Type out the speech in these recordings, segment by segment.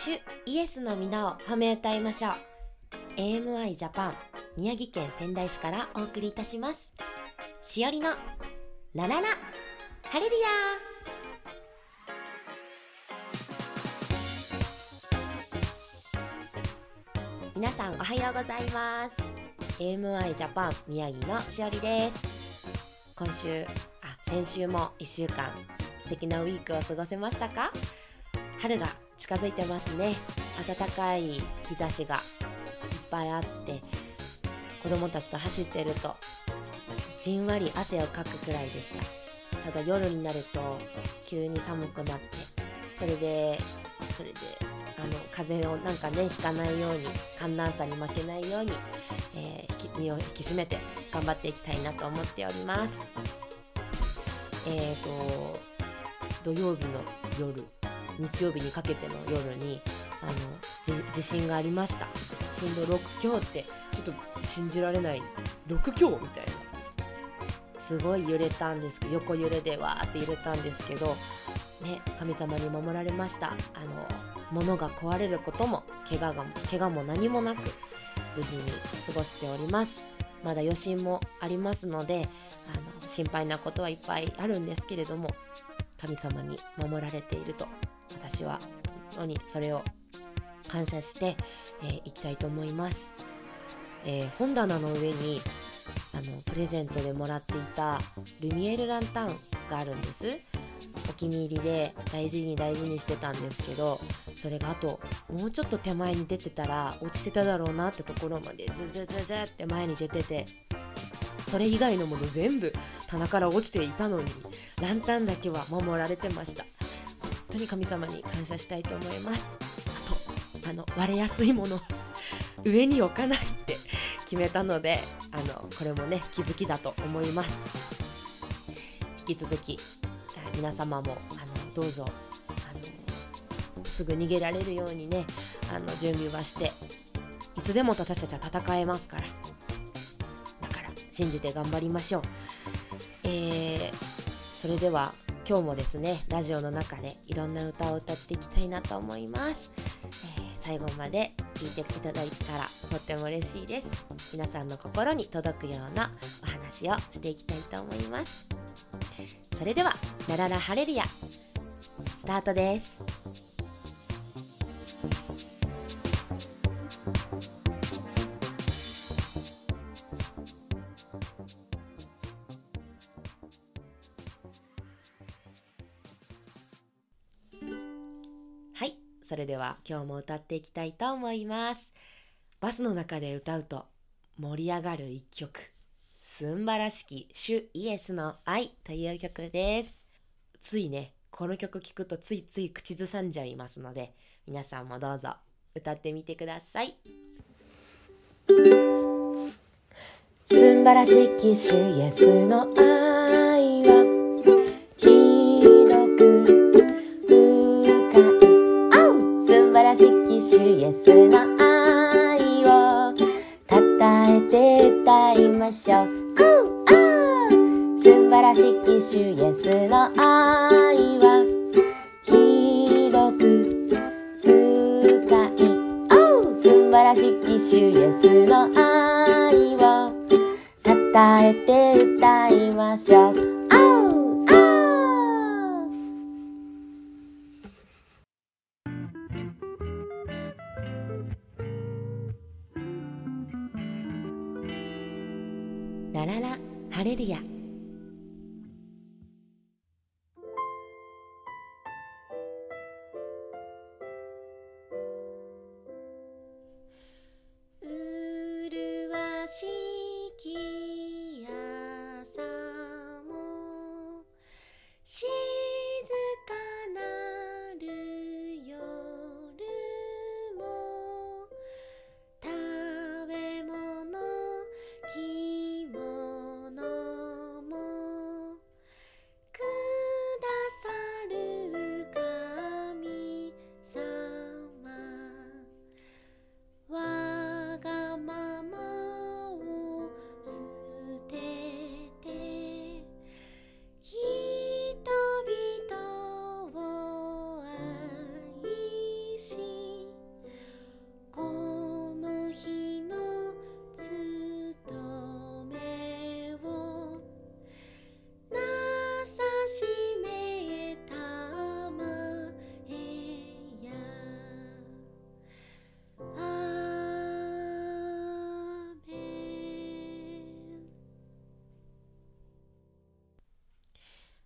主イエスの皆を褒め歌いましょう。 AMI ジャパン宮城県仙台市からお送りいたします。しおりのラララハレルヤ。皆さんおはようございます。 AMI ジャパン宮城のしおりです。先週も1週間素敵なウィークを過ごせましたか？春が近づいてますね。暖かい日差しがいっぱいあって、子供たちと走ってるとじんわり汗をかくくらいでした。ただ夜になると急に寒くなって、それで風邪をひかないように、寒暖差に負けないように、身を引き締めて頑張っていきたいなと思っております。土曜日の夜、日曜日にかけての夜に地震がありました。震度6強ってちょっと信じられない。6強みたいな、すごい揺れたんですけど、横揺れでわーって揺れたんですけどね、神様に守られました。物が壊れることも怪我も何もなく無事に過ごしております。まだ余震もありますので心配なことはいっぱいあるんですけれども、神様に守られていると私は本当にそれを感謝していきたいと思います。本棚の上にプレゼントでもらっていたルミエールランタンがあるんです。お気に入りで大事にしてたんですけど、それがもうちょっと手前に出てたら落ちてただろうなってところまでズズズズって前に出てて、それ以外のもの全部棚から落ちていたのにランタンだけは守られてました。本当に神様に感謝したいと思います。割れやすいもの上に置かないって決めたので、これもね気づきだと思います。引き続き皆様もどうぞすぐ逃げられるようにね準備はして、いつでも私たちは戦えますから、だから信じて頑張りましょう。それでは今日もですね、ラジオの中でいろんな歌を歌っていきたいなと思います。最後まで聞いていただいたらとっても嬉しいです。皆さんの心に届くようなお話をしていきたいと思います。それではラララハレルヤスタートです。はい、それでは今日も歌っていきたいと思います。バスの中で歌うと盛り上がる一曲、すんばらしき主イエスの愛という曲です。ついね、この曲聴くとついつい口ずさんじゃいますので、皆さんもどうぞ歌ってみてください。すんばらしき主イエスの愛は広く深い、すんばらしき主イエスの愛をたたえて歌いましょう。すんばらしき主イエスの愛は広く深い、すんばらしき主イエスの愛をたたえて歌いましょう。ラララハレルヤ。麗しき朝も静かなる夜も、食べ物着物もくださる神様、わがままを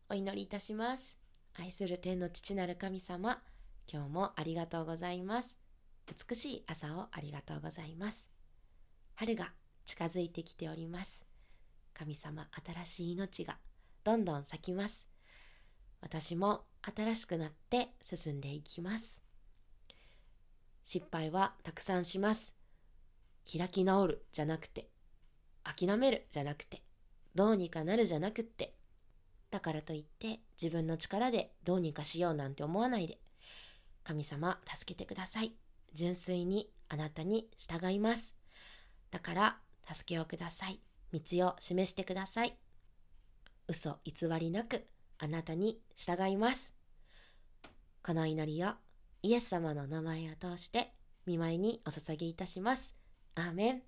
お祈りいたします。愛する天の父なる神様、今日もありがとうございます。美しい朝をありがとうございます。春が近づいてきております。神様、新しい命がどんどん咲きます。私も新しくなって進んでいきます。失敗はたくさんします。開き直るじゃなくて、諦めるじゃなくて、どうにかなるじゃなくって、だからといって自分の力でどうにかしようなんて思わないで、神様助けてください。純粋にあなたに従います。だから助けをください。道を示してください。嘘偽りなくあなたに従います。この祈りをイエス様の名前を通して御前にお捧げいたします。アーメン。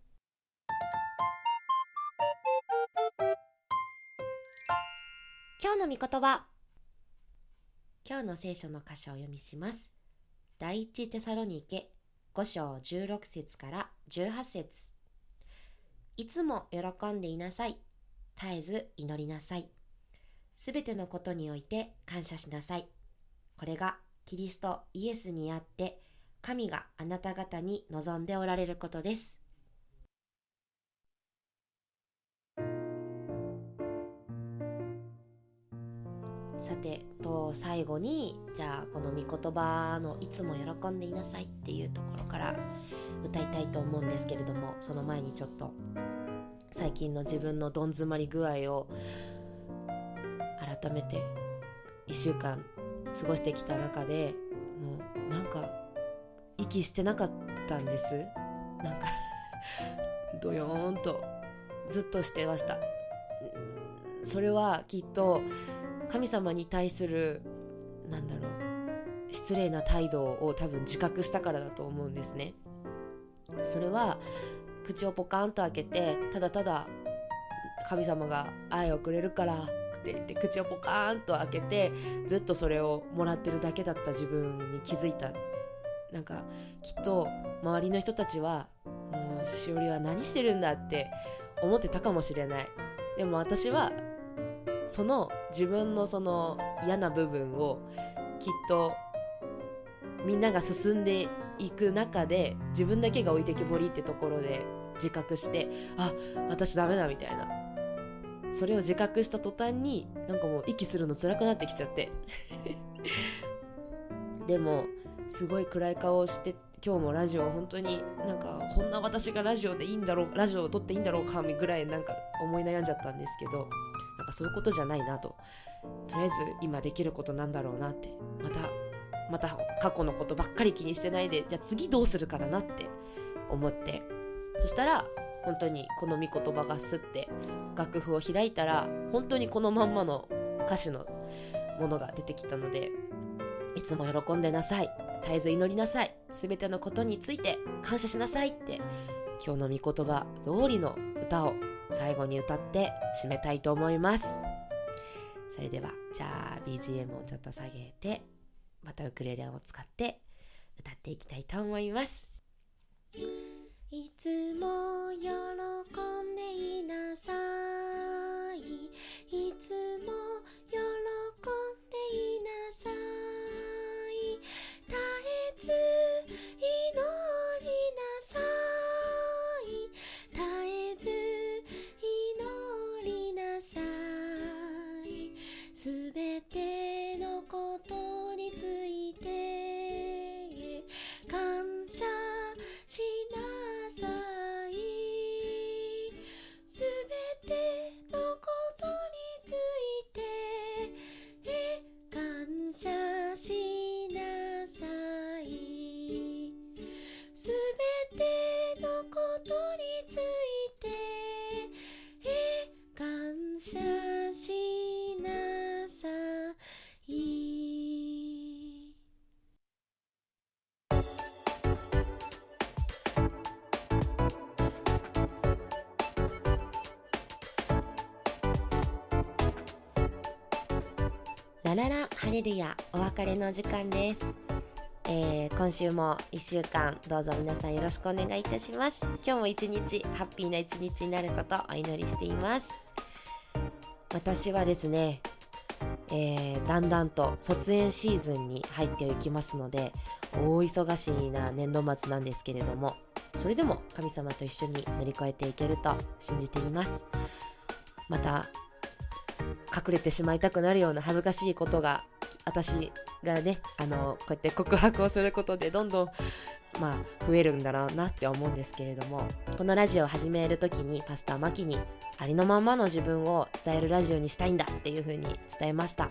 今日の御言葉。今日の聖書の箇所を読みします。第一テサロニケ5章16節から18節。いつも喜んでいなさい。絶えず祈りなさい。すべてのことにおいて感謝しなさい。これがキリストイエスにあって、神があなた方に望んでおられることです。さて、最後に、じゃあこの御言葉のいつも喜んでいなさいっていうところから歌いたいと思うんですけれども、その前にちょっと最近の自分のどん詰まり具合を改めて1週間過ごしてきた中で、もうなんか息してなかったんです。なんかドヨーンとずっとしてました。それはきっと神様に対する失礼な態度を多分自覚したからだと思うんですね。それは口をポカンと開けて、ただただ神様が愛をくれるからって言って口をポカーンと開けて、ずっとそれをもらってるだけだった自分に気づいた。なんかきっと周りの人たちは、もうしおりは何してるんだって思ってたかもしれない。でも私はその自分のその嫌な部分をきっとみんなが進んでいく中で、自分だけが置いてけぼりってところで自覚して、あ、私ダメだみたいな、それを自覚した途端になんかもう息するの辛くなってきちゃってでもすごい暗い顔をして、今日もラジオ本当になんかこんな私がラジオでいいんだろう、ラジオを撮っていいんだろうかぐらいなんか思い悩んじゃったんですけど、なんかそういうことじゃないなと、とりあえず今できることなんだろうなって、また過去のことばっかり気にしてないで、じゃあ次どうするかだなって思って、そしたら本当にこの御言葉がスッて楽譜を開いたら、本当にこのまんまの歌詞のものが出てきたので、いつも喜んでなさい、絶えず祈りなさい、すべてのことについて感謝しなさいって、今日の御言葉通りの歌を最後に歌って締めたいと思います。それではじゃあ BGM をちょっと下げて、またウクレレを使って歌っていきたいと思います。いつも喜んでいなさい、いつも喜んでいなさい、絶えず祈りなさい、絶えず祈りなさい、すべてのことについて感謝しなさい、すべてのことについて感謝しなさい、すべてのことについて感謝しなさい。ラララハレルヤ、お別れの時間です。今週も1週間どうぞ皆さんよろしくお願いいたします。今日も一日ハッピーな一日になることをお祈りしています。私はですね、 だんだんと卒園シーズンに入っていきますので、大忙しいな年度末なんですけれども、それでも神様と一緒に乗り越えていけると信じています。また隠れてしまいたくなるような恥ずかしいことが、私がねこうやって告白をすることでどんどん増えるんだろうなって思うんですけれども、このラジオを始める時にパスタマキにありのままの自分を伝えるラジオにしたいんだっていう風に伝えました。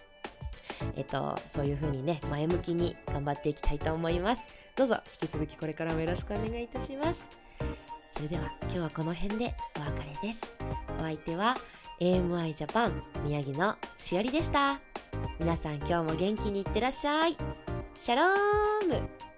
そういう風にね、前向きに頑張っていきたいと思います。どうぞ引き続きこれからもよろしくお願いいたします。それでは今日はこの辺でお別れです。お相手は AMI ジャパン宮城のしおりでした。皆さん今日も元気にいってらっしゃい。シャローム。